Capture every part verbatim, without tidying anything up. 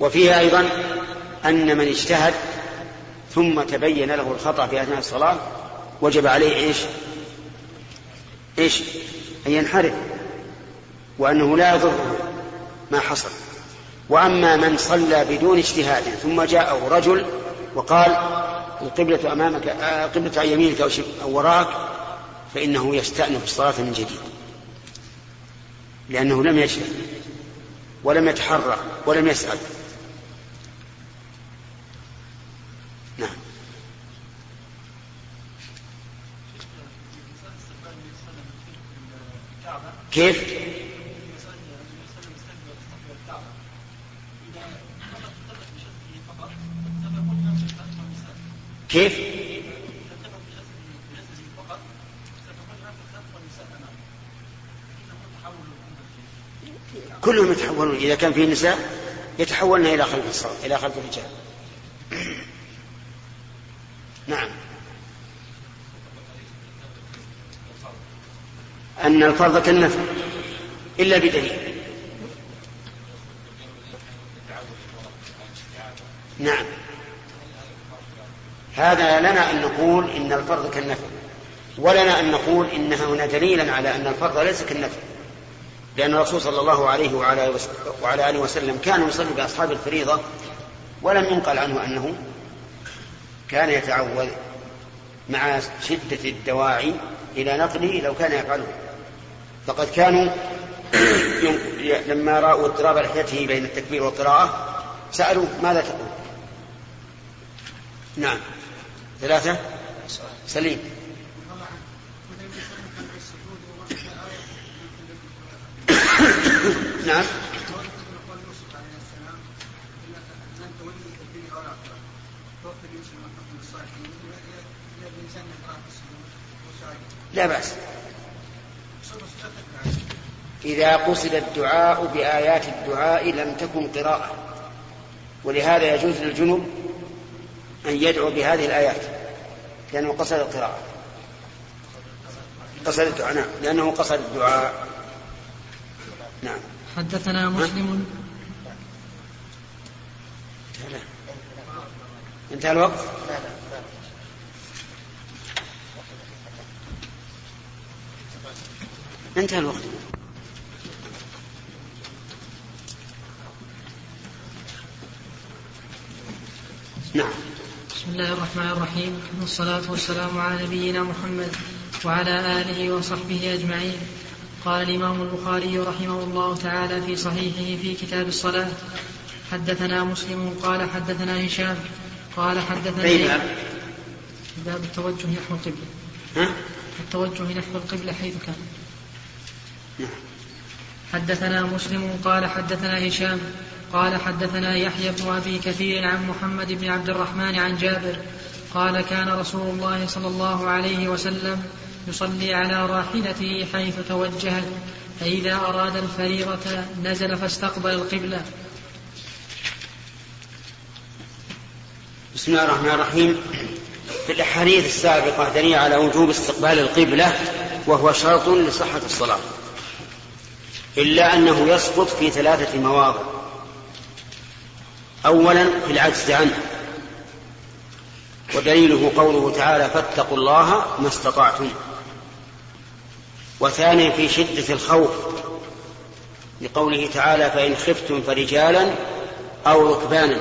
وفيها أيضا أن من اجتهد ثم تبين له الخطأ في أثناء الصلاة وجب عليه إيش إيش أن ينحرف، وأنه لا يضره ما حصل. وأما من صلى بدون اجتهاد ثم جاءه رجل وقال القبلة أمامك، القبلة عن يمينك أو وراءك، فإنه يستأنف الصلاة من جديد، لأنه لم يجتهد ولم يتحرى ولم يسأل. نعم. كيف؟ كيف؟ كلهم يتحولون، إذا كان فيه نساء يتحولن إلى خلف الصلاة إلى خلف الرجال. نعم. أن الفرض كالنفل إلا بدليل. نعم. هذا لنا أن نقول إن الفرض كالنفل، ولنا أن نقول إن هنا دليلا على أن الفرض ليس كالنفل، لأن الرسول صلى الله عليه وعلى آله وسلم كان يصلي بأصحاب الفريضة ولم ينقل عنه أنه كان يتعوذ، مع شدة الدواعي إلى نقله لو كان يفعله. فقد كانوا لما رأوا اضطراب لحيته بين التكبير والقراءة سألوا ماذا تقول. نعم. ثلاثة. سليم. نعم. لا بأس إذا قصد الدعاء بآيات الدعاء لم تكن قراءة، ولهذا يجوز للجنوب أن يدعو بهذه الآيات لأنه قصد القراءة، قصد الدعاء. نعم، لأنه قصد الدعاء. نعم. حدثنا مسلم. انتهى الوقت. انتهى الوقت. نعم. بسم الله الرحمن الرحيم، والصلاة والسلام على نبينا محمد وعلى آله وصحبه أجمعين. قال الإمام البخاري رحمه الله تعالى في صحيحه في كتاب الصلاة: حدثنا مسلم قال حدثنا هشام قال حدثنا باب التوجه نحو القبلة. ها؟ التوجه نحو القبلة حيث كان. حدثنا مسلم قال حدثنا هشام قال حدثنا يحيى بن أبي كثير عن محمد بن عبد الرحمن عن جابر قال: كان رسول الله صلى الله عليه وسلم يصلي على راحلته حيث توجهت، فإذا أراد الفريضة نزل فاستقبل القبلة. بسم الله الرحمن الرحيم. في الأحاديث السابقة دليل على وجوب استقبال القبلة، وهو شرط لصحة الصلاة، إلا أنه يسقط في ثلاثة مواضع. أولا في العجز عنه، ودليله قوله تعالى: فاتقوا الله ما استطعتم. وثانيا في شدة الخوف، لقوله تعالى: فإن خفتم فرجالا أو ركبانا.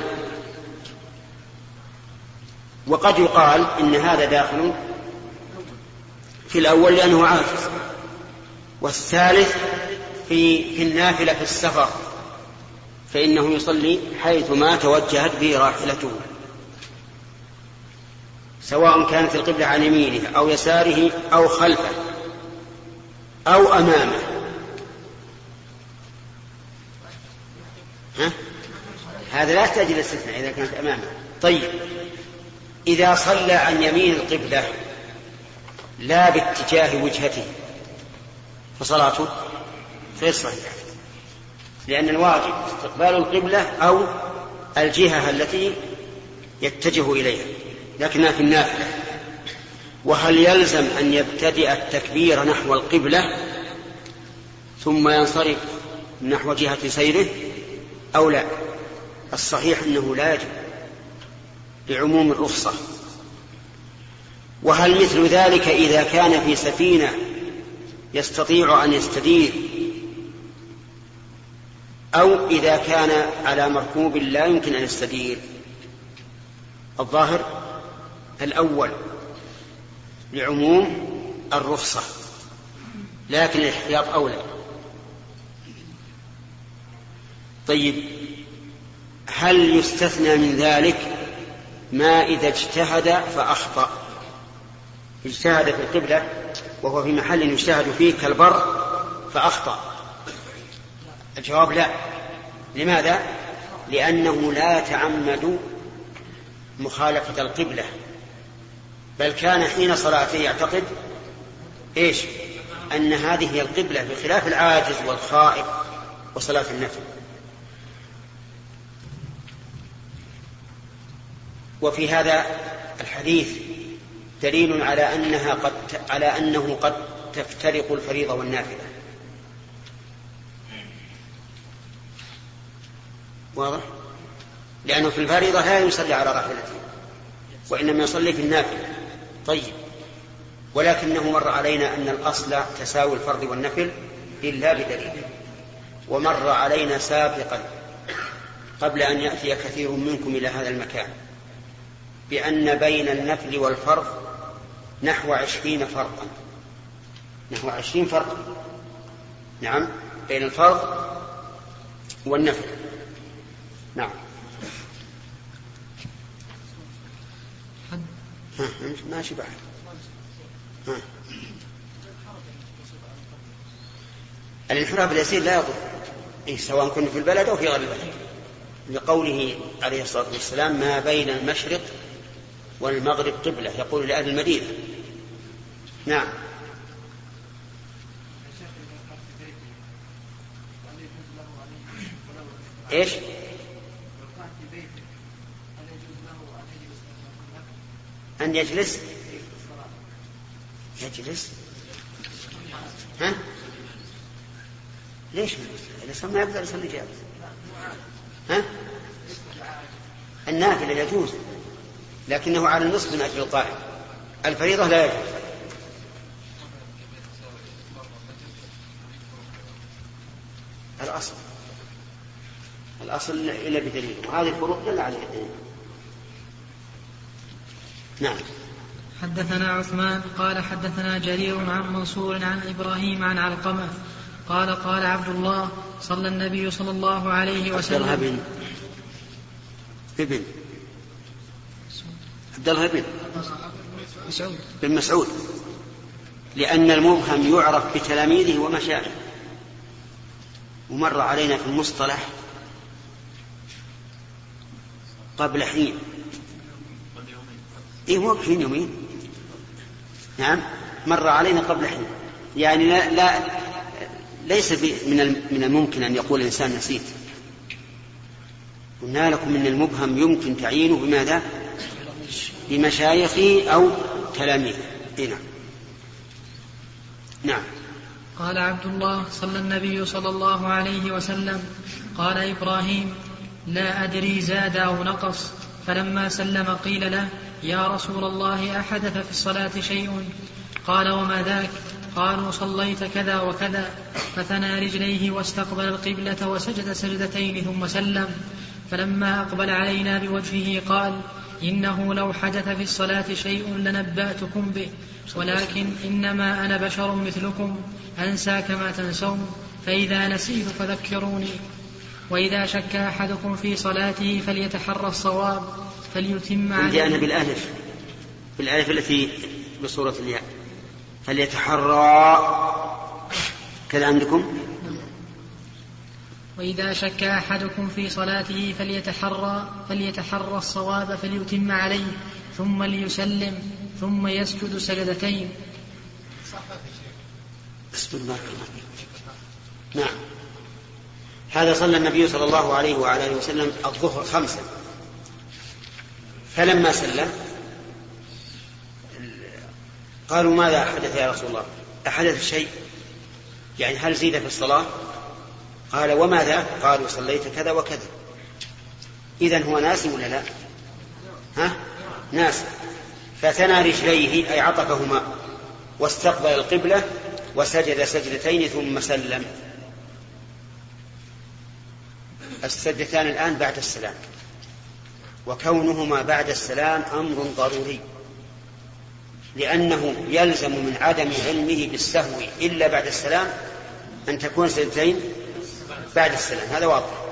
وقد يقال إن هذا داخل في الأول لأنه عاجز. والثالث في, في النافلة في السفر، فإنه يصلي حيث ما توجهت به راحلته، سواء كانت القبلة عن يمينه أو يساره أو خلفه أو أمامه. ها؟ هذا لا يحتاج إلى استثناء إذا كانت أمامه. طيب، إذا صلى عن يمين القبلة لا باتجاه وجهته فصلاته غير صحيحة، لأن الواجب استقبال القبلة أو الجهة التي يتجه إليها، لكنها في النافلة. وهل يلزم أن يبتدئ التكبير نحو القبلة ثم ينصرف نحو جهة سيره أو لا؟ الصحيح أنه لا يجب لعموم الرخصة. وهل مثل ذلك إذا كان في سفينة يستطيع أن يستدير، أو إذا كان على مركوب لا يمكن أن يستدير؟ الظاهر الأول لعموم الرخصة، لكن الاحتياط أولى. طيب، هل يستثنى من ذلك ما إذا اجتهد فأخطأ؟ اجتهد في القبلة وهو في محل يجتهد فيه كالبر فأخطأ. الجواب لا. لماذا؟ لأنه لا يتعمد مخالفة القبلة، بل كان حين صلاته يعتقد إيش؟ أن هذه هي القبلة، بخلاف العاجز والخائف وصلاة النفل. وفي هذا الحديث دليل على أنها قد على أنه قد تفترق الفريضة والنافلة. واضح؟ لأنه في الفريضة لا يصلي على راحلته، وإنما يصلي في النافلة. طيب، ولكنه مر علينا أن الأصل تساوي الفرض والنفل إلا بدليل، ومر علينا سابقا قبل أن يأتي كثير منكم إلى هذا المكان بأن بين النفل والفرض نحو عشرين فرقا. نحو عشرين فرقا، نعم، بين الفرض والنفل. نعم. ها ماشي بعد. ها. الانحراف اليسير لا يضر، إيه سواء كنا في البلد أو في غير البلد، لقوله عليه الصلاة والسلام: ما بين المشرق والمغرب قبلة، يقول لأهل المدينة. نعم. إيش؟ أن يجلس يجلس ها؟ ليش ما ما يقدر يصلي جالس؟ ها؟ النافلة يجوز، لكنه على النصف من أجل القائم. الفريضة لا يجوز. الأصل الأصل إلا بدليل، وهذه الفروق دل عليها الدليل. نعم. حدثنا عثمان قال حدثنا جرير عن منصور عن إبراهيم عن علقمة قال قال عبد الله: صلى النبي صلى الله عليه وسلم. عبد الله بن ابن عبد الله بن مسعود بن مسعود، لأن المبهم يعرف بتلاميذه ومشايخه. ومر علينا في المصطلح قبل حين، إيه هو حين يومين، نعم، مر علينا قبل حين، يعني لا, لا ليس من من الممكن أن يقول الإنسان نسيت. قلنا لكم من المبهم يمكن تعيينه بماذا؟ بمشايخه أو تلاميذه. نعم. نعم. قال عبد الله: صلى النبي صلى الله عليه وسلم. قال إبراهيم: لا أدري زاد أو نقص. فلما سلم قيل له: يا رسول الله، أحدث في الصلاة شيء؟ قال: وما ذاك؟ قالوا: صليت كذا وكذا. فثنى رجليه واستقبل القبلة وسجد سجدتين ثم سلم. فلما أقبل علينا بوجهه قال: إنه لو حدث في الصلاة شيء لنبأتكم به، ولكن إنما أنا بشر مثلكم أنسى كما تنسون، فإذا نسيت فذكروني. وإذا شك أحدكم في صلاته فليتحرى الصواب فليتم عليه. جاءنا بالألف، بالألف التي بصورة الياء، فليتحرى كذا عندكم. وإذا شك أحدكم في صلاته فليتحرى فليتحرى الصواب فليتم عليه، ثم ليسلم، ثم يسجد سجدتين. بسم الله. نعم. هذا صلى النبي صلى الله عليه وعلى آله وسلم الظهر خمسا، فلما سلم قالوا: ماذا حدث يا رسول الله؟ أحدث شيء؟ يعني هل زيد في الصلاة؟ قال: وماذا؟ قالوا: صليت كذا وكذا. إذن هو ناسي ولا لا؟ ها؟ ناسي. فثنى رجليه أي عطفهما واستقبل القبلة وسجد سجدتين ثم سلم. السجدتان الآن بعد السلام، وكونهما بعد السلام أمر ضروري، لأنه يلزم من عدم علمه بالسهو إلا بعد السلام أن تكون سجدتين بعد السلام، هذا واضح.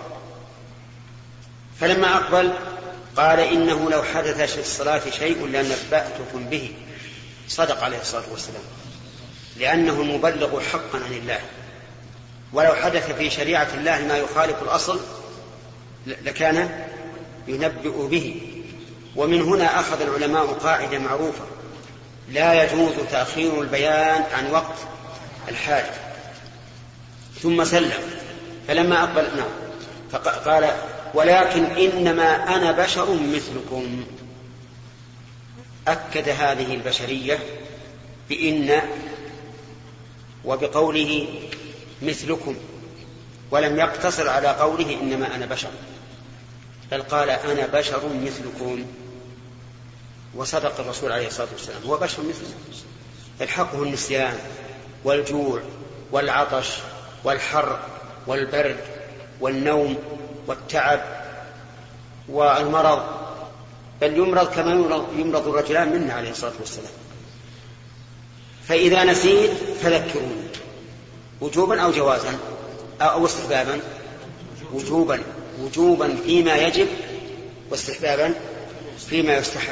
فلما أقبل قال إنه لو حدث في الصلاة شيء لنبأتكم به. صدق عليه الصلاة والسلام، لأنه المبلغ حقا عن الله، ولو حدث في شريعة الله ما يخالف الأصل لكان ينبئ به. ومن هنا أخذ العلماء قاعدة معروفة: لا يجوز تأخير البيان عن وقت الحاجة. ثم سلم. فلما أقبل نعم فقال: ولكن إنما أنا بشر مثلكم. أكد هذه البشرية بإن وبقوله مثلكم، ولم يقتصر على قوله إنما أنا بشر، بل قال أنا بشر مثلكم. وصدق الرسول عليه الصلاة والسلام، هو بشر مثلنا، يلحقه النسيان والجوع والعطش والحر والبرد والنوم والتعب والمرض، بل يمرض كما يمرض الرجلان منا عليه الصلاة والسلام. فإذا نسيت فذكروني، وجوبا أو جوازا أو استحبابا. وجوبا وجوبا فيما يجب، واستحبابا فيما يستحب.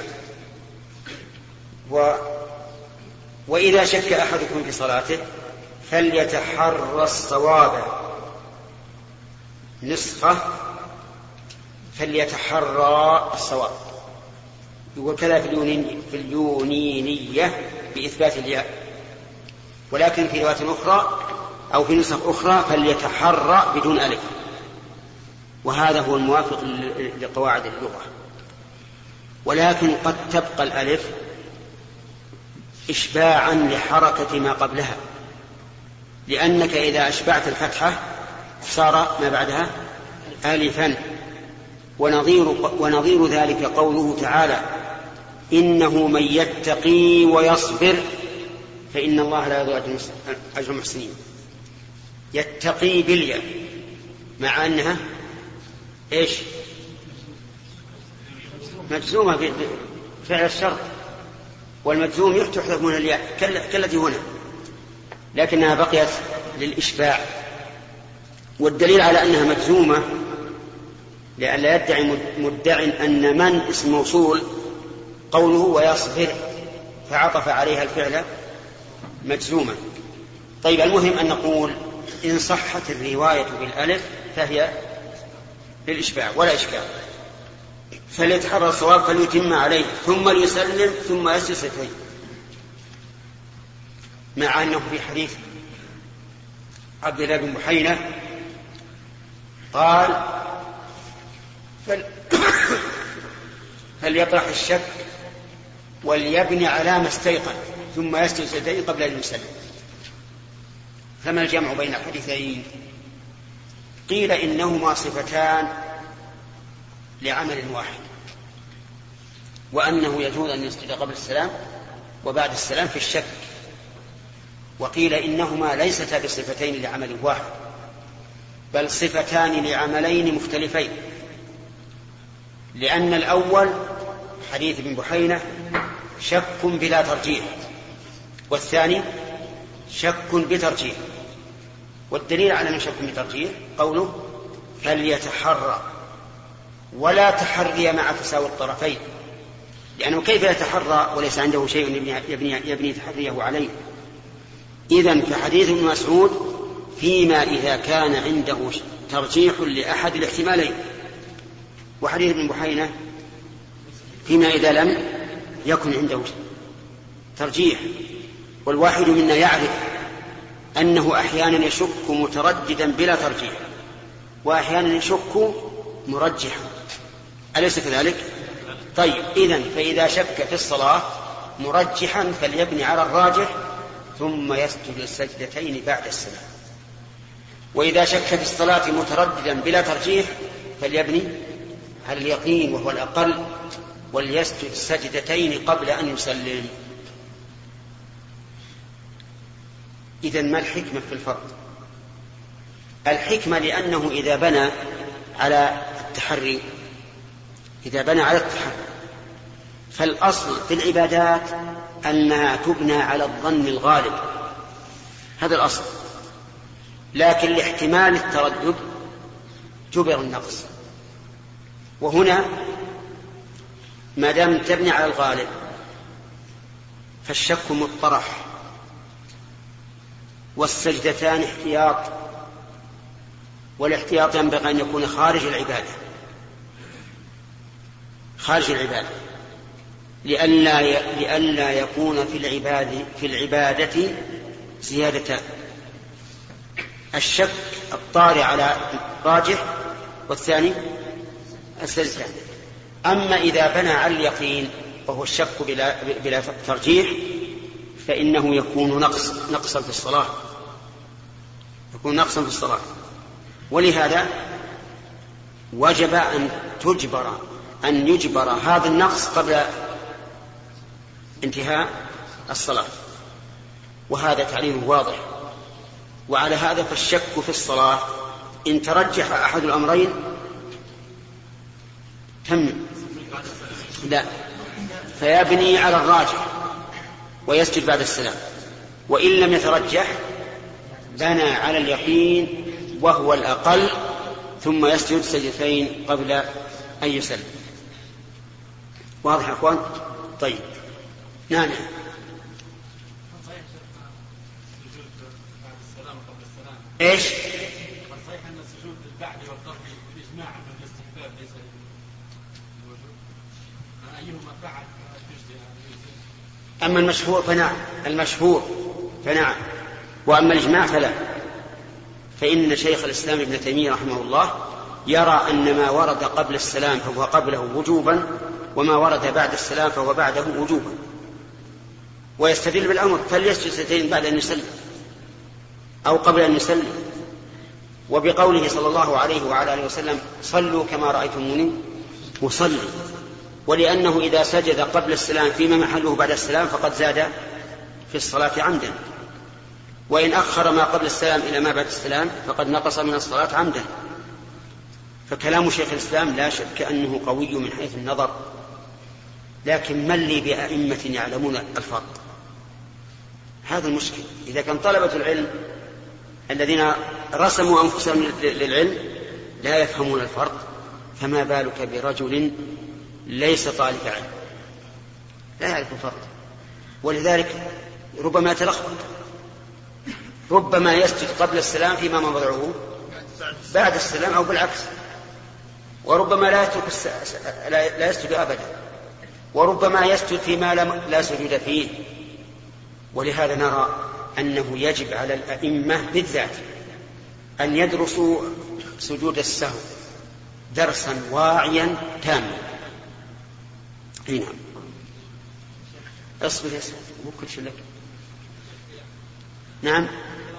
و... وإذا شك أحدكم في صلاته فليتحرى الصواب. نسخة فليتحرى الصواب، يقول كذا في اليونينية بإثبات الياء، ولكن في رواية أخرى أو في نسخ أخرى فليتحرى بدون ألف، وهذا هو الموافق لقواعد اللغة. ولكن قد تبقى الألف إشباعا لحركة ما قبلها، لأنك إذا أشبعت الفتحة صار ما بعدها ألفا. ونظير, ونظير ذلك قوله تعالى: إنه من يتقي ويصبر فإن الله لا يضيع أجر المحسنين. يتقي بالياء مع أنها إيش؟ مجزومة بفعل الشرط، والمجزوم تحذف من الياء كالتي هنا، لكنها بقيت للإشباع. والدليل على أنها مجزومة لئلا يدعي مدع أن من اسم موصول قوله ويصبر فعطف عليها الفعل مجزوما. طيب، المهم أن نقول إن صحت الرواية بالألف فهي للإشباع ولا إشكال. فليتحرى الصواب فليتم عليه ثم ليسلم ثم يسجد سجدتين، مع أنه في حديث عبد الله بن بحينة قال: فل... فليطرح الشك وليبني على ما استيقن ثم يسجد سجدتين قبل أن يسلم. فما الجمع بين الحديثين؟ قيل إنهما صفتان لعمل واحد، وأنه يجوز أن يسجد قبل السلام وبعد السلام في الشك. وقيل إنهما ليستا بصفتين لعمل واحد، بل صفتان لعملين مختلفين، لأن الأول حديث ابن بحينة شك بلا ترجيح، والثاني شك بترجيح. والدليل على أن شك بترجيح قوله فليتحرى، ولا تحري مع تساوي الطرفين، لأنه كيف يتحرى وليس عنده شيء يبني, يبني, يبني تحريه عليه؟ إذن فحديث ابن مسعود فيما إذا كان عنده ترجيح لأحد الاحتمالين، وحديث ابن بحينة فيما إذا لم يكن عنده ترجيح. والواحد منا يعرف أنه أحيانا يشك مترددا بلا ترجيح، وأحيانا يشك مرجحا، أليس كذلك؟ طيب، إذن فإذا شك في الصلاة مرجحا فليبني على الراجح ثم يسجد السجدتين بعد السلام. وإذا شك في الصلاة مترددا بلا ترجيح فليبني على اليقين وهو الأقل وليسجد سجدتين قبل أن يسلم. إذن ما الحكمة في الفرض؟ الحكمة لأنه إذا بنى على التحري إذا بنى على التحري فالأصل في العبادات أنها تبنى على الظن الغالب، هذا الأصل، لكن لاحتمال التردد جبر النقص. وهنا ما دام تبني على الغالب فالشك مطرح، والسجدتان احتياط، والاحتياط ينبغي أن يكون خارج العبادة خارج العبادة لئلا لئلا يكون في العبادة في العبادة زيادتان، الشك الطارئ على راجح والثاني السجدتان. أما إذا بنى على اليقين وهو الشك بلا, بلا ترجيح فإنه يكون نقص نقصا في الصلاة يكون نقصا في الصلاة ولهذا وجب أن تجبر أن يجبر هذا النقص قبل انتهاء الصلاة، وهذا تعليل واضح. وعلى هذا فالشك في الصلاة إن ترجح أحد الأمرين تم لا فيبني على الراجح ويسجد بعد السلام، وإن لم يترجح بنى على اليقين وهو الأقل ثم يسجد سجدتين قبل أن يسلم. واضح يا أخوان؟ طيب نعم. ايش؟ صحيح ان السجود بالبعد والترك اجماعا من الاستحباب ليس للوجوب، ايهما فعل تجزي. اما المشهور فنعم المشهور فنعم واما الاجماع فلا، فان شيخ الاسلام ابن تيميه رحمه الله يرى ان ما ورد قبل السلام فهو قبله وجوبا، وما ورد بعد السلام فهو بعده وجوبا، ويستدل بالامر فليسجد سجدتين بعد ان يسلم أو قبل أن يسلم، وبقوله صلى الله عليه وعلى آله وسلم صلوا كما رأيتموني أصلي، ولأنه إذا سجد قبل السلام فيما محله بعد السلام فقد زاد في الصلاة عمدا، وإن أخر ما قبل السلام إلى ما بعد السلام فقد نقص من الصلاة عمدا. فكلام شيخ الإسلام لا شك أنه قوي من حيث النظر، لكن من لي بأئمة يعلمون الفرق؟ هذا المشكل. إذا كان طلبة العلم الذين رسموا أنفسهم للعلم لا يفهمون الفرق، فما بالك برجل ليس طالب علم لا يعرف الفرق؟ ولذلك ربما يتلخبط، ربما يسجد قبل السلام فيما موضعه بعد السلام أو بالعكس، وربما لا يترك لا يسجد أبدا، وربما يسجد فيما لا سجود فيه. ولهذا نرى أنه يجب على الأئمة بالذات أن يدرسوا سجود السهو درسا واعيا تاما. نعم. اصبر يا سيدي مو كل شيء لك. نعم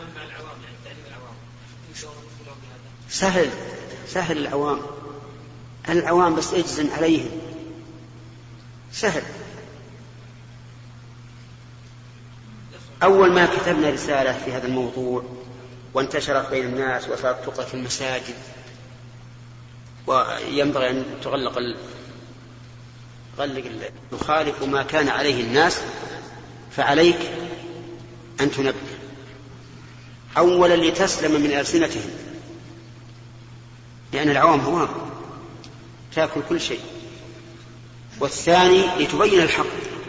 سهل سهل العوام العوام بس اجزم عليهم سهل. أول ما كتبنا رسالة في هذا الموضوع وانتشرت بين الناس وصارت تقرأ في المساجد وينبغي أن تغلق ال... غلق ال... نخالف ما كان عليه الناس، فعليك أن تنبه أولا لتسلم من ألسنتهم، لأن العوام هو تأكل كل شيء، والثاني لتبين الحق،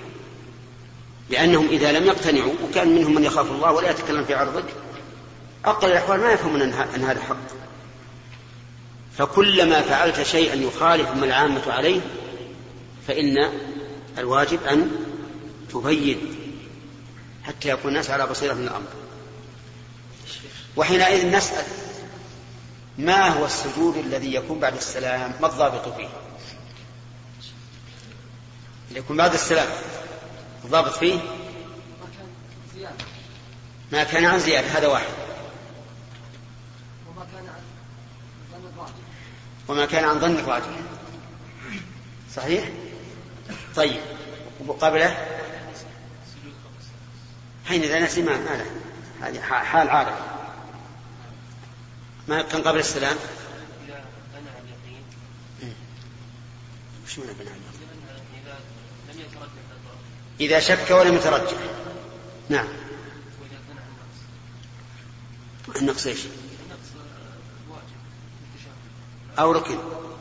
لأنهم إذا لم يقتنعوا وكان منهم من يخاف الله ولا يتكلم في عرضك أقل الأحوال ما يفهمون أن هذا حق. فكلما فعلت شيئا يخالف ما العامة عليه فإن الواجب أن تبين حتى يكون الناس على بصيرة من الأمر. وحينئذ نسأل ما هو السجود الذي يكون بعد السلام؟ ما الضابط فيه؟ يكون بعد السلام الضابط فيه ما كان عن زيادة، هذا واحد، وما كان عن ظن الراجح صحيح؟ طيب وقبله حين إذا نسي ما له، هذه حال عارض. ما كان قبل السلام إذا بنى اليقين. وش معنى بنى اليقين؟ إذا لم يترجح إذا شك ولم يترجح. نعم. وإذا بنى النقص. النقص إيش؟ النقص واجب أو ركن.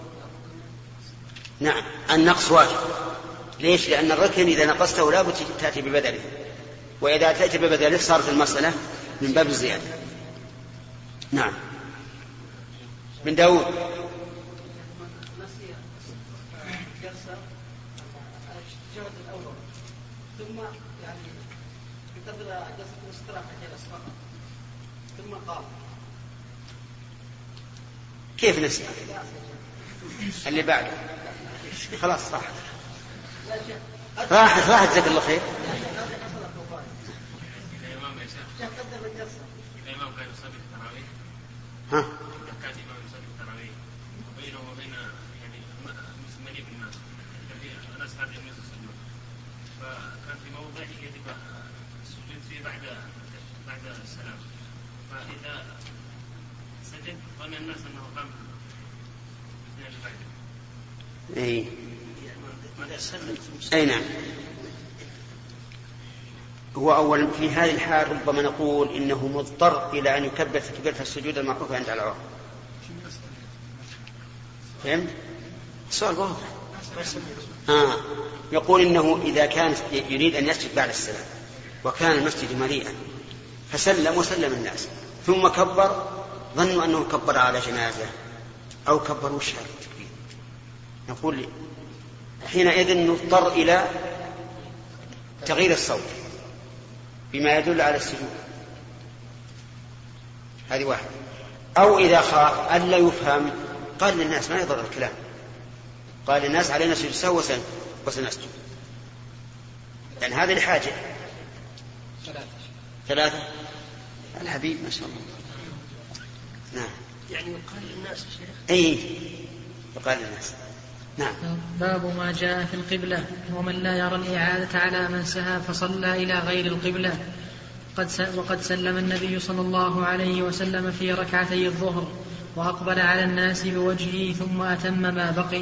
نعم النقص واجب. ليش؟ لأن الركن إذا نقصته لا بد تأتي ببدله، وإذا تأتي ببدله صارت المسألة من باب الزيادة. نعم. من داود. نسي جلسة الشهد الأول ثم يعني قبل جلسة الاستراحة جلس فقط ثم قام. كيف نسي؟ اللي بعده خلاص راحت راحت راحت جزاك الله خير. الإمام كان يصلي في التراويح. ها؟ كان الإمام يصلي في التراويح وبينه وبين يعني مليء بالناس الناس هذه الناس السجود، فكان في موضع يجب السجود فيه بعد بعد السلام، فإذا سجد ظن الناس أنه قام بالاثنين اللي بعده. أي. أي نعم. هو أول في هذه الحال ربما نقول إنه مضطر إلى أن يكبر تكبيرة السجود المعروفة عند العوام. فهمت؟ السؤال واضح. آه. يقول إنه إذا كان يريد أن يسجد بعد السلام وكان المسجد مليئا فسلم وسلم الناس ثم كبر، ظنوا أنه كبر على جنازة أو كبر وش هذا التكبير، نقول حينئذ نضطر إلى تغيير الصوت بما يدل على السجود. هذه واحدة. أو إذا خاف ألا يفهم قال للناس ما يضر الكلام، قال للناس علينا سجود سوا وسنسجد، لأن هذه الحاجة. ثلاثة. الحبيب ما شاء الله. نعم. يعني يقال للناس شيخ. أي يقال للناس. نعم. باب ما جاء في القبلة ومن لا يرى الإعادة على من سهى فصلى إلى غير القبلة. قد وقد سلم النبي صلى الله عليه وسلم في ركعتي الظهر وأقبل على الناس بوجهه ثم أتم ما بقي.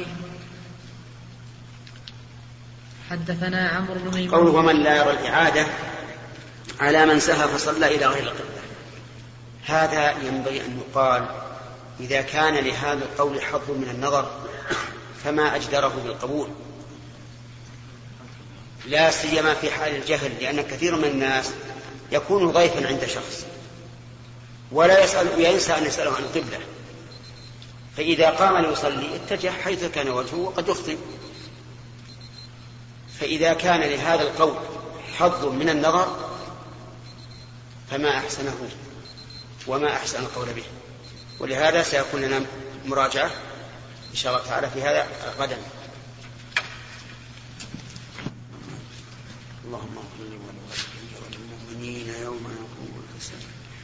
حدثنا عمرو بن ميمون. قوله ومن لا يرى الإعادة على من سهى فصلى إلى غير القبلة، هذا ينبغي أن يقال إذا كان لهذا القول حظ من النظر فما أجدره بالقبول، لا سيما في حال الجهل، لأن كثير من الناس يكون ضيفا عند شخص ولا يسأل وينسى أن يسأله عن القبلة، فإذا قام ليصلي اتجه حيث كان وجهه وقد يخطئ. فإذا كان لهذا القول حظ من النظر فما أحسنه وما أحسن القول به. ولهذا سيكون لنا مراجعة إن شاء الله تعالى في هذا غدا. اللهم اغفر لي ولوالدي وللمؤمنين يوم يقوم الحساب.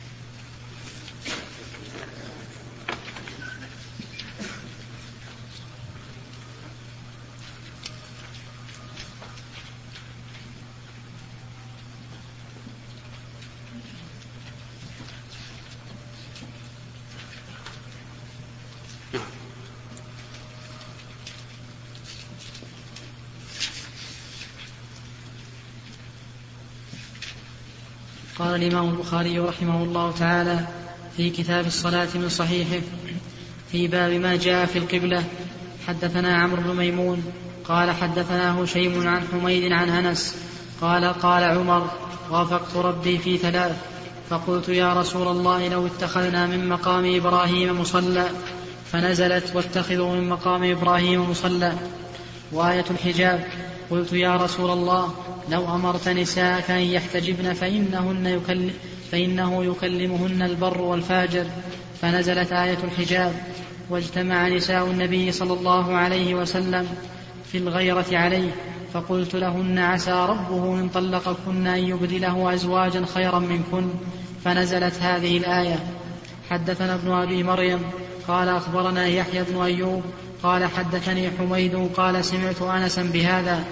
قال الإمام البخاري رحمه الله تعالى في كتاب الصلاة من صحيحه في باب ما جاء في القبلة. حدثنا عمرو بن ميمون قال حدثنا هشيم عن حميد عن أنس قال قال عمر وافقت ربي في ثلاث فقلت يا رسول الله لو اتخذنا من مقام إبراهيم مصلى، فنزلت واتخذوا من مقام إبراهيم مصلى. وآية الحجاب قلت يا رسول الله لو أمرت نساءك أن يحتجبن فإنهن يكلم فإنه يكلمهن البر والفاجر، فنزلت آية الحجاب. واجتمع نساء النبي صلى الله عليه وسلم في الغيرة عليه، فقلت لهن عسى ربه إن طلقكن أن يبدله أزواجا خيرا منكن، فنزلت هذه الآية. حدثنا ابن أبي مريم قال أخبرنا يحيى بن أيوب قال حدثني حميد قال سمعت أنسا بهذا.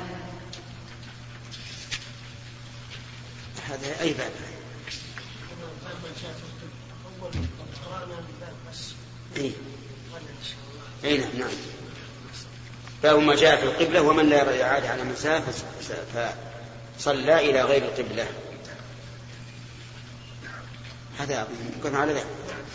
هذا أي باب؟ إيه؟ أي نعم نعم. باب ما جاء في القبلة ومن لا يرى إعادة على من سهى فصلى إلى غير القبلة. هذا ممكن على ذلك.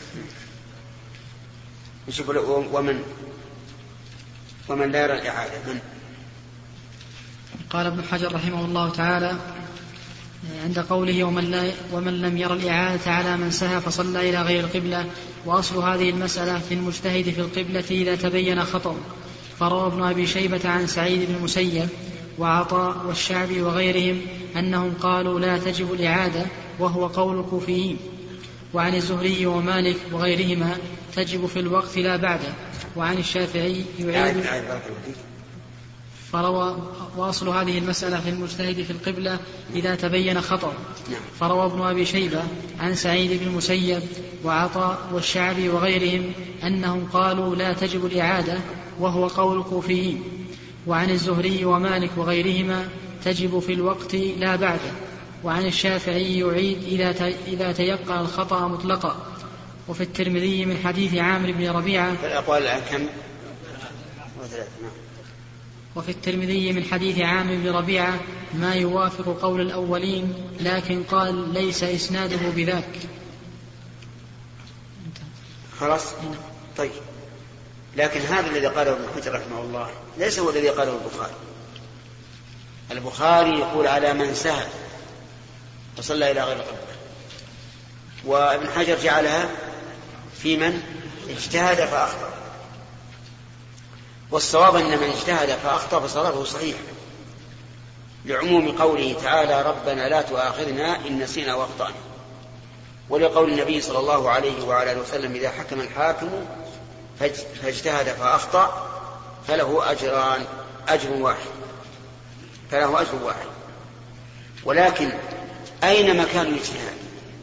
نشوف ومن ومن لا يرى الإعادة من. قال ابن حجر رحمه الله تعالى عند قوله ومن, لا ومن لم ير الإعادة على من سهى فصلى إلى غير القبلة. وأصل هذه المسألة في المجتهد في القبلة إذا تبين خطأ. فروى ابن أبي شيبة عن سعيد بن المسيب وعطاء والشعبي وغيرهم أنهم قالوا لا تجب الإعادة وهو قول الكوفيين. وعن الزهري ومالك وغيرهما تجب في الوقت لا بعده. وعن الشافعي يعيد. فروى وأصل هذه المسألة في المجتهد في القبلة إذا تبين خطأ. فروى ابن أبي شيبة عن سعيد بن المسيب وعطاء والشعبي وغيرهم أنهم قالوا لا تجب الإعادة وهو قول الكوفيين. وعن الزهري ومالك وغيرهما تجب في الوقت لا بعده. وعن الشافعي يعيد إذا تيقن الخطأ مطلقا. وفي الترمذي من حديث عامر بن ربيعة الأقوال عن كم؟ وفي الترمذي من حديث عامر بن ربيعة ما يوافق قول الأولين لكن قال ليس إسناده بذاك. خلاص. طيب لكن هذا الذي قاله ابن حجر رحمه الله ليس هو الذي قاله البخاري. البخاري يقول على من سهى وصلى إلى غير القبلة، وابن حجر جعلها في من اجتهد فأخطأ. والصواب أن من اجتهد فأخطأ فصلاته صحيح لعموم قوله تعالى ربنا لا تؤاخذنا إن نسينا وأخطأنا، ولقول النبي صلى الله عليه وعلى آله وسلم إذا حكم الحاكم فاجتهد فأخطأ فله أجران أجر واحد فله أجر واحد. ولكن أين مكان الاجتهاد؟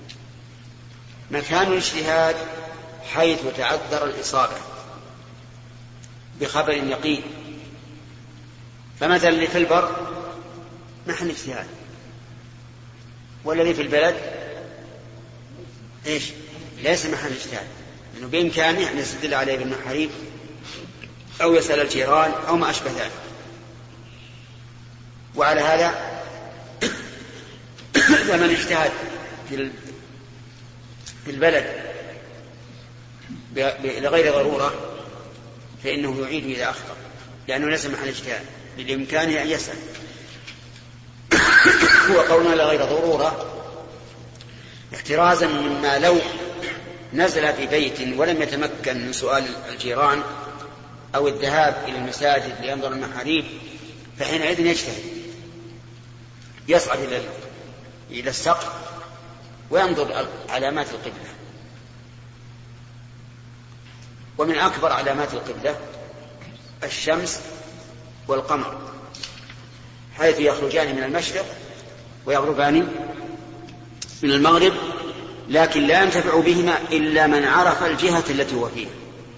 مكان الاجتهاد حيث تعذر الإصابة بخبر يقين. فمثلا اللي في البر محل اجتهاد، والذي في البلد ايش ليس محل اجتهاد، لأنه بإمكانه أن يستدل عليه بالمحاريب أو يسأل الجيران أو ما أشبه ذلك. وعلى هذا فمن اجتهد في البلد لغير ضرورة فإنه يعيد إذا أخطأ، لأنه ليس محل اجتهاد بإمكانه أن يسأل. هو قولنا لغير ضرورة احترازا مما لو نزل في بيت ولم يتمكن من سؤال الجيران أو الذهاب إلى المساجد لينظر المحاريب، فحينئذ يجتهد، يصعد إلى إلى السقف وينظر علامات القبلة. ومن أكبر علامات القبلة الشمس والقمر، حيث يخرجان من المشرق ويغربان من المغرب، لكن لا ينتفع بهما إلا من عرف الجهة التي هو فيها.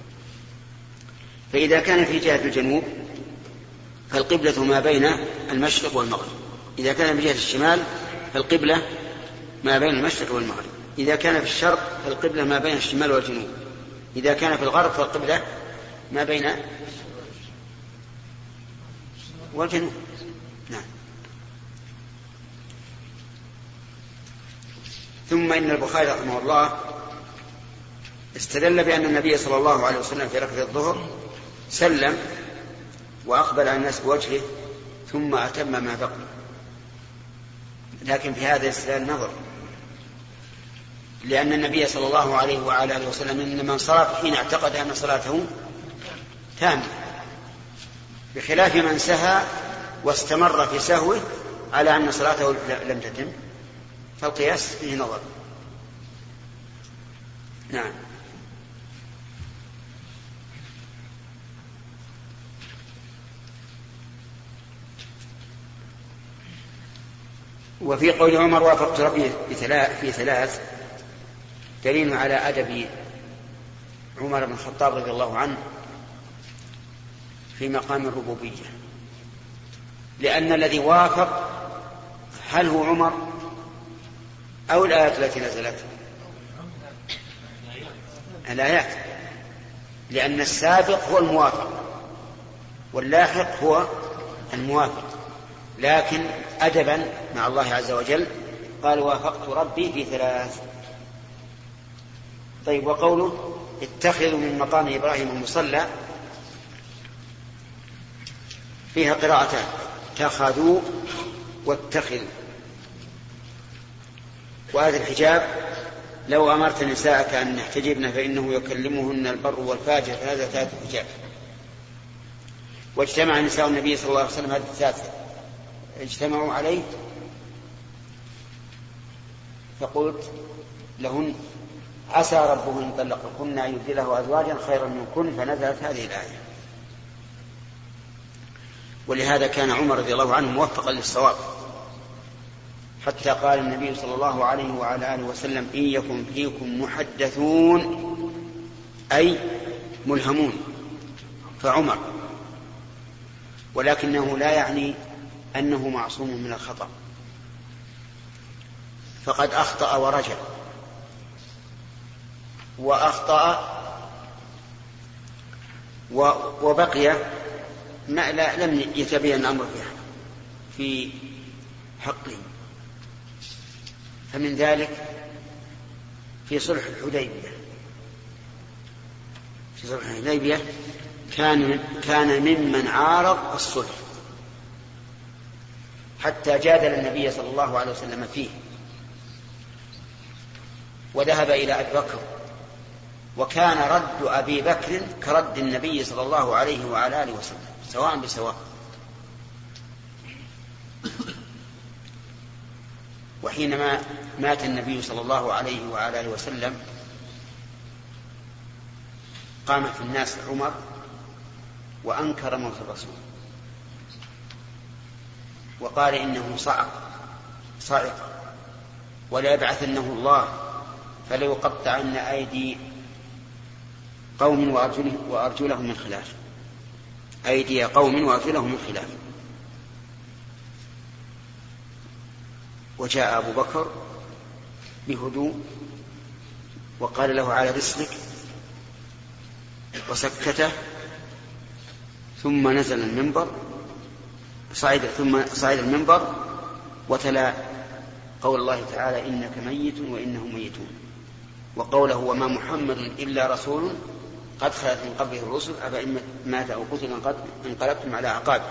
فإذا كان في جهة الجنوب فالقبلة ما بين المشرق والمغرب، إذا كان في جهة الشمال فالقبلة ما بين المشرق والمغرب، إذا كان في الشرق فالقبلة ما بين الشمال والجنوب، إذا كان في الغرب فالقبلة ما بين والجنوب. نعم. ثم إن البخاري رحمه الله استدل بأن النبي صلى الله عليه وسلم في ركعة الظهر سلم وأقبل على الناس بوجهه ثم أتم ما بقي، لكن في هذا الاستدلال نظر، لأن النبي صلى الله عليه وعلى آله وسلم إنما انصرف حين اعتقد أن صلاته تامة، بخلاف من سهى واستمر في سهوه على أن صلاته لم تتم، فالقياس فيه نظر. نعم. وفي قول عمر وافقت ربي في ثلاث دليل على أدب عمر بن الخطاب رضي الله عنه في مقام الربوبية، لأن الذي وافق هل هو عمر أو الآيات التي نزلت؟ الآيات، لأن السابق هو الموافق واللاحق هو الموافق، لكن أدبا مع الله عز وجل قال وافقت ربي في ثلاث. طيب، وقوله اتخذوا من مقام إبراهيم مصلى فيها قراءتان، اتخذوا واتخذوا. وآية الحجاب لو أمرت نساءك أن يحتجبن فإنه يكلمهن البر والفاجر فهذا ثالث الحجاب. واجتمع نساء النبي صلى الله عليه وسلم هذه الثالثة اجتمعوا عليه فقلت لهن عسى ربه إن طلقكن أن يبدله أزواجا خيرا منكن، فنزلت هذه الآية. ولهذا كان عمر رضي الله عنه موفقا للصواب، حتى قال النبي صلى الله عليه وعلى آله وسلم إن يكن فيكم محدثون أي ملهمون فعمر، ولكنه لا يعني أنه معصوم من الخطأ، فقد أخطأ ورجع، وأخطأ وبقي ما لا لم يتبين الأمر في حقه. فمن ذلك في صلح الحديبية في صلح الحديبية كان كان ممن عارض الصلح حتى جادل النبي صلى الله عليه وسلم فيه، وذهب إلى أبي بكر، وكان رد أبي بكر كرد النبي صلى الله عليه وعلى آله وسلم سواء بسواء. وحينما مات النبي صلى الله عليه وعلى آله وسلم قام في الناس عمر وأنكر موت الرسول وقال إنه صعق صعق ولا يبعثنه الله فليقطعن أيدي قوم وأرجلهم من خلاف أيدي قوم وأرجلهم من خلاف. وجاء أبو بكر بهدوء وقال له على رسلك وسكته، ثم نزل المنبر صعد ثم صعد المنبر وتلا قول الله تعالى إنك ميت وإنهم ميتون، وقوله وما محمد إلا رسول قد خلت من قبله الرسل أفإن مات أو قتل قد انقلبتم على أعقابكم.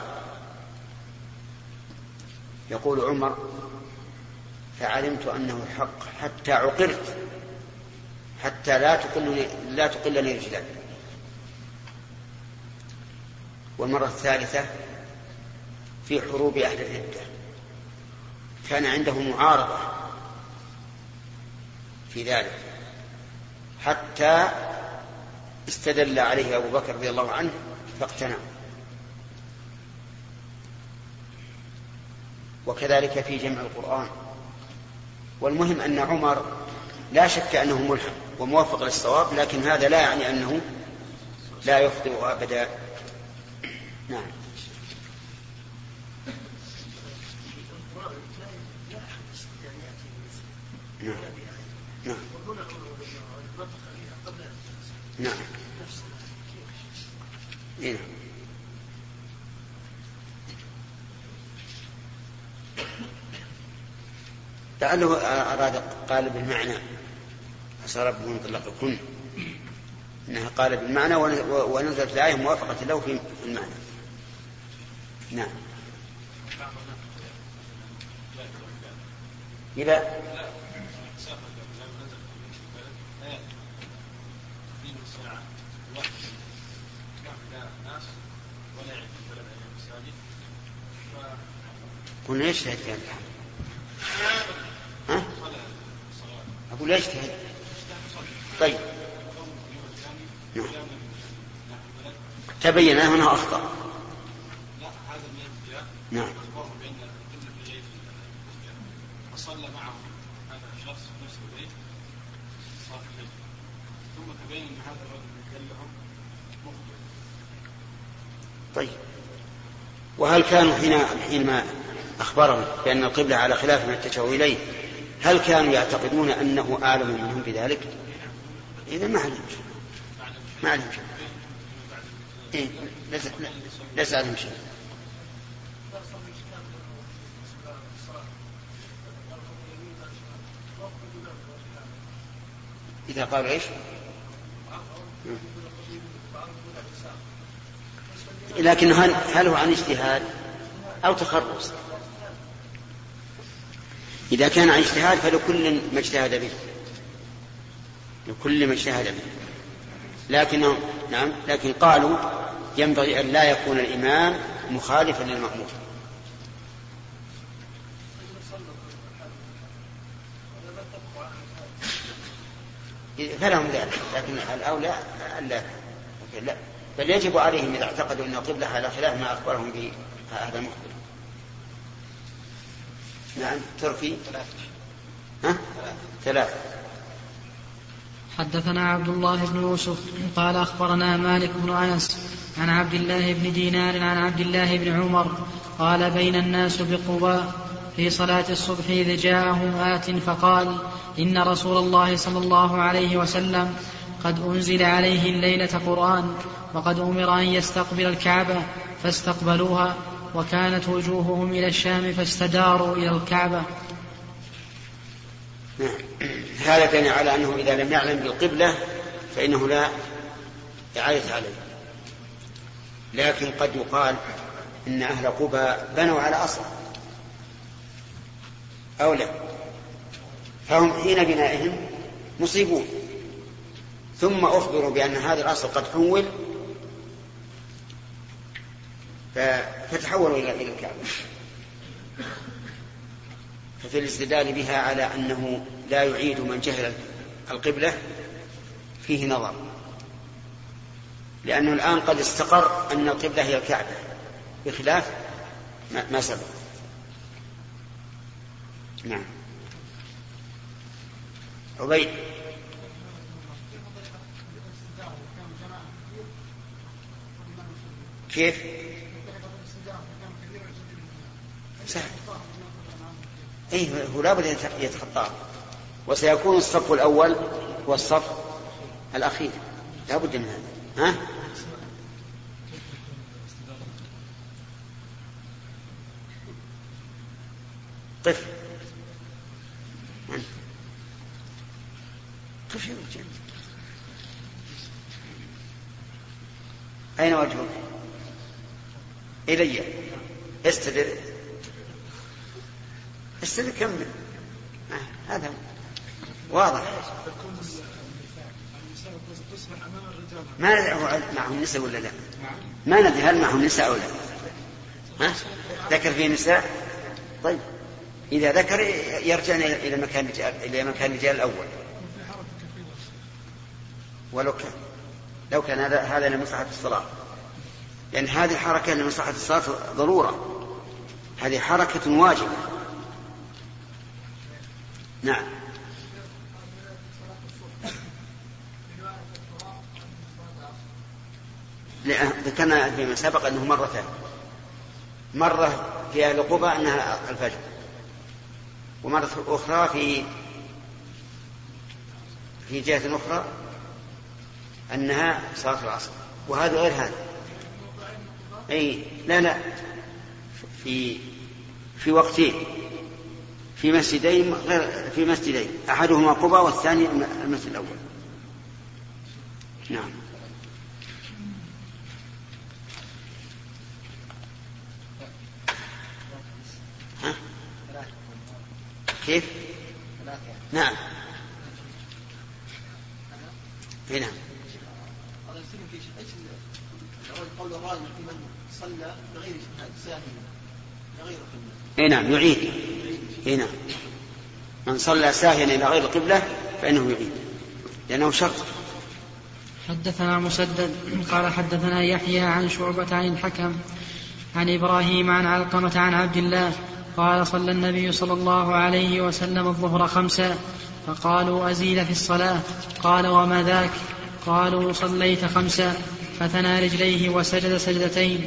يقول عمر فعلمت أنه الحق حتى عقرت حتى لا تقلني لا تقلني رجلان. والمرة الثالثة في حروب أهل الردة كان عنده معارضة في ذلك حتى استدل عليه أبو بكر رضي الله عنه فاقتنع. وكذلك في جمع القرآن. والمهم أن عمر لا شك أنه ملهم وموفق للصواب، لكن هذا لا يعني أنه لا يخطئ أبدا. نعم. نعم. نعم. نعم. نعم. لعله أراد قال بالمعنى عسى ربه أن يطلقكن، إنها قال بالمعنى ونزلت الآية موافقة له في المعنى. نعم. إذا قلنا يجتهد في هذا الحال. ها؟ أقول يجتهد. طيب. نعم. تبين هنا أخطأ. نعم. فصلى معه هذا الشخص في نفس البيت صار الليل، ثم تبين ان هذا الرجل يكلهم مخطئ، طيب، وهل كانوا حينما أخبرهم بأن القبلة على خلاف ما اتجهوا إليه هل كانوا يعتقدون أنه أعلم منهم بذلك؟ إذا ما علم شيء، ما علم شيء. إيه؟ ليس علم شيء. إذا قالوا إيش؟ لكن هل هو عن اجتهاد أو تخرص؟ إذا كان عن اجتهاد فلكل ما اجتهد به، لكل ما اجتهد به. لكن نعم، لكن قالوا ينبغي أن لا يكون الإمام مخالفا للمأمور. فلهم ذلك، لكن الأولى ألا لا، بل يجب عليهم إذا اعتقدوا أن القبلة على خلاف ما أخبرهم به هذا المخبر. نعم. تركي ها ثلاثة. حدثنا عبد الله بن يوسف قال أخبرنا مالك بن أنس عن عبد الله بن دينار عن عبد الله بن عمر قال بين الناس بقباء في صلاة الصبح إذ جاءهم آت فقال إن رسول الله صلى الله عليه وسلم قد أنزل عليه الليلة قرآن وقد أمر أن يستقبل الكعبة فاستقبلوها وكانت وجوههم إلى الشام فاستداروا إلى الكعبة. هذا دليل على أنه إذا لم يعلم بالقبلة فإنه لا إعادة عليه. لكن قد يقال إن أهل قبى بنوا على أصل أو لا، فهم حين بنائهم مصيبون، ثم أخبروا بأن هذا الأصل قد حول فتحولوا إلى الكعبة. ففي الاستدلال بها على أنه لا يعيد من جهل القبلة فيه نظر، لأنه الآن قد استقر أن القبلة هي الكعبة بخلاف ما سبق. نعم. عبيد. كيف؟ سهل. أيه هو لابد أن يتخطاه، وسيكون الصف الأول هو الصف الأخير، لابد من هذا. ها؟ طفل طفل جميل. أين وجهك؟ إلي. استدر استدر كمل. آه. هذا واضح. ما ندري معهم نساء ولا لا، ما ندري هل معهم نساء أو لا. ها؟ ذكر فيه نساء. طيب إذا ذكر يرجع إلى مكان الرجال، إلى مكان الرجال الأول. ولو كان لو كان هذا هذا لمصلحة الصلاة، لأن هذه الحركة لمصلحة الصلاة ضرورة، هذه حركة واجبة. نعم. ذكرنا فيما سبق أنه مرتان، مرة في أهل قبى أنها الفجر، ومرة أخرى في في جهة أخرى أنها صلاة العصر، وهذا غير هذا. أي لا لا في في وقتين، في مسجدين غير في مسجدين، أحدهما قبى والثاني المسجد الأول. نعم. ها؟ كيف؟ نعم. هنا قول الراجل في من صلى بغير اجتهاد ساهلا لغير القبلة. اي نعم يعيد. اي نعم من صلى ساهلا الى غير القبلة فانه يعيد لانه شرط. حدثنا مسدد قال حدثنا يحيى عن شعبة عن الحكم عن إبراهيم عن علقمة عن عبد الله قال صلى النبي صلى الله عليه وسلم الظهر خمسا فقالوا أزيد في الصلاة قال وما ذاك؟ قالوا صليت خمسا فثنى رجليه وسجد سجدتين.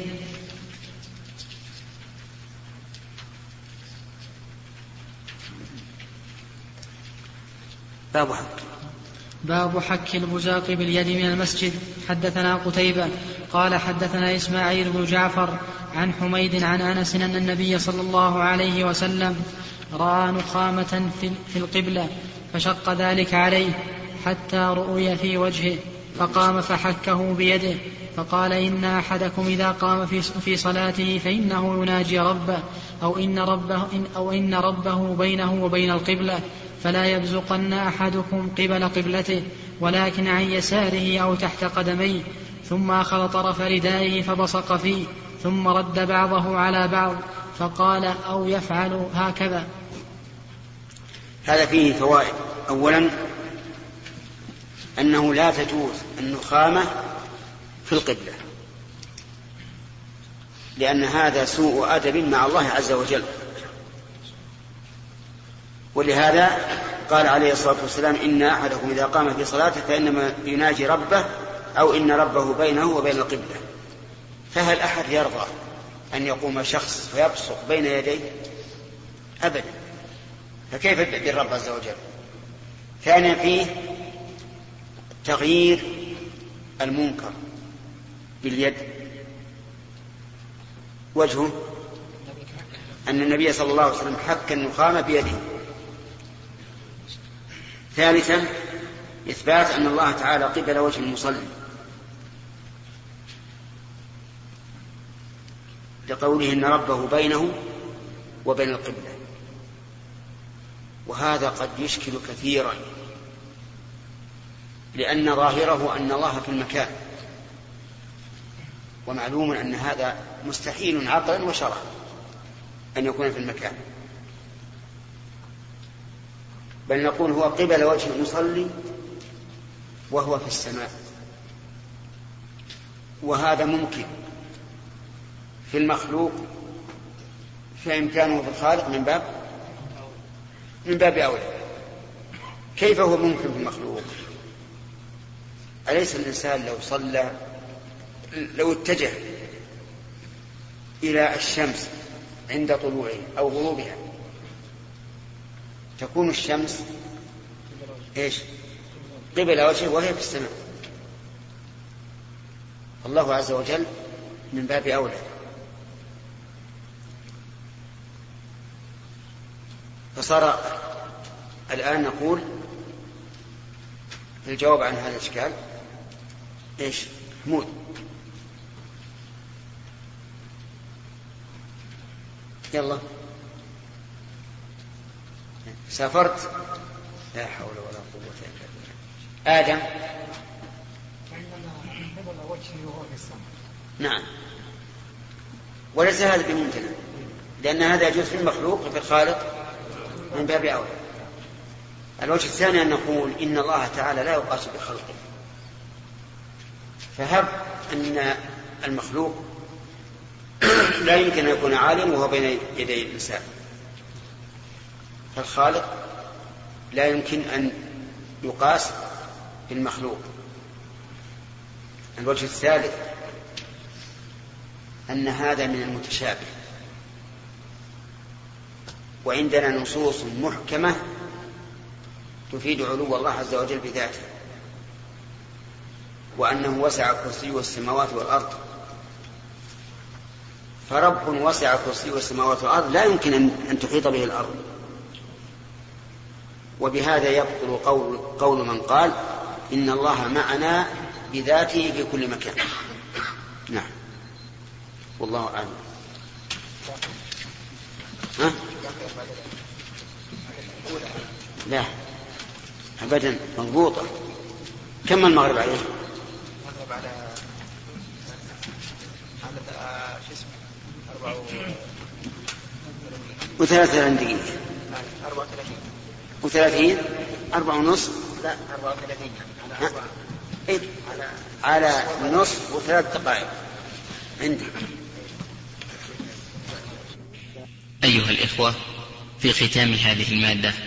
باب حك باب حك البزاق باليد من المسجد. حدثنا قتيبة قال حدثنا إسماعيل بن جعفر عن حميد عن أنس أن النبي صلى الله عليه وسلم رأى نخامة في القبلة فشق ذلك عليه حتى رؤي في وجهه فقام فحكه بيده فقال إن أحدكم إذا قام في صلاته فإنه يناجي ربه أو إن ربه, أو إن ربه بينه وبين القبلة فلا يبزقن أحدكم قبل قبلته ولكن عن يساره أو تحت قدميه ثم أخذ طرف ردائه فبصق فيه ثم رد بعضه على بعض فقال أو يفعل هكذا. هذا فيه فوائد. أولا أنه لا تجوز النخامة في القبلة لأن هذا سوء أدب مع الله عز وجل، ولهذا قال عليه الصلاة والسلام إن أحدكم إذا قام في صلاته فإنما يناجي ربه أو إن ربه بينه وبين القبلة. فهل أحد يرضى أن يقوم شخص فيبصق بين يديه؟ أبدا. فكيف بالرب عز وجل؟ ثانيا فيه تغيير المنكر باليد. وجهه أن النبي صلى الله عليه وسلم حك النخامة بيده. ثالثا إثبات أن الله تعالى قبل وجه المصلي لقوله إن ربه بينه وبين القبلة، وهذا قد يشكل كثيرا لأن ظاهره أن الله في المكان، ومعلوم أن هذا مستحيل عقلا وشرعا أن يكون في المكان، بل نقول هو قبل وجه المصلي وهو في السماء، وهذا ممكن في المخلوق فإمكانه في الخالق من باب من باب أولى. كيف هو ممكن في المخلوق؟ أليس الإنسان لو صلى لو اتجه إلى الشمس عند طلوعها أو غروبها تكون الشمس إيش؟ قبل وجهه وهي في السماء. الله عز وجل من باب أولى. فصار الآن نقول في الجواب عن هذا الإشكال إيش؟ حمود يلا سافرت لا حول ولا قوة إلا بالله. آدم نعم، وليس هذا بممتنع لأن هذا يجوز في المخلوق وفي الخالق من باب أولى. الوجه الثاني أن نقول إن الله تعالى لا يقاس بخلقه، فهب أن المخلوق لا يمكن أن يكون عالم وهو بين يدي الإنسان، فالخالق لا يمكن أن يقاس بالمخلوق. الوجه الثالث أن هذا من المتشابه، وعندنا نصوص محكمة تفيد علو الله عز وجل بذاته، وأنه وسع كرسيه السماوات والأرض. فرب وسع كرسيه السماوات والأرض لا يمكن أن تحيط به الأرض، وبهذا يبطل قول, قول من قال إن الله معنا بذاته في كل مكان. نعم والله أعلم. ها؟ لا أبدا مضبوطة. كم المغرب عليه؟ المغرب على على شو اسمه أربعة وثلاثة دقيقة أربعة وثلاثين وثلاثين أربعة ونصف لا أربعة وثلاثين على إيه؟ على نصف وثلاث دقائق عندي. أيها الإخوة، في ختام هذه المادة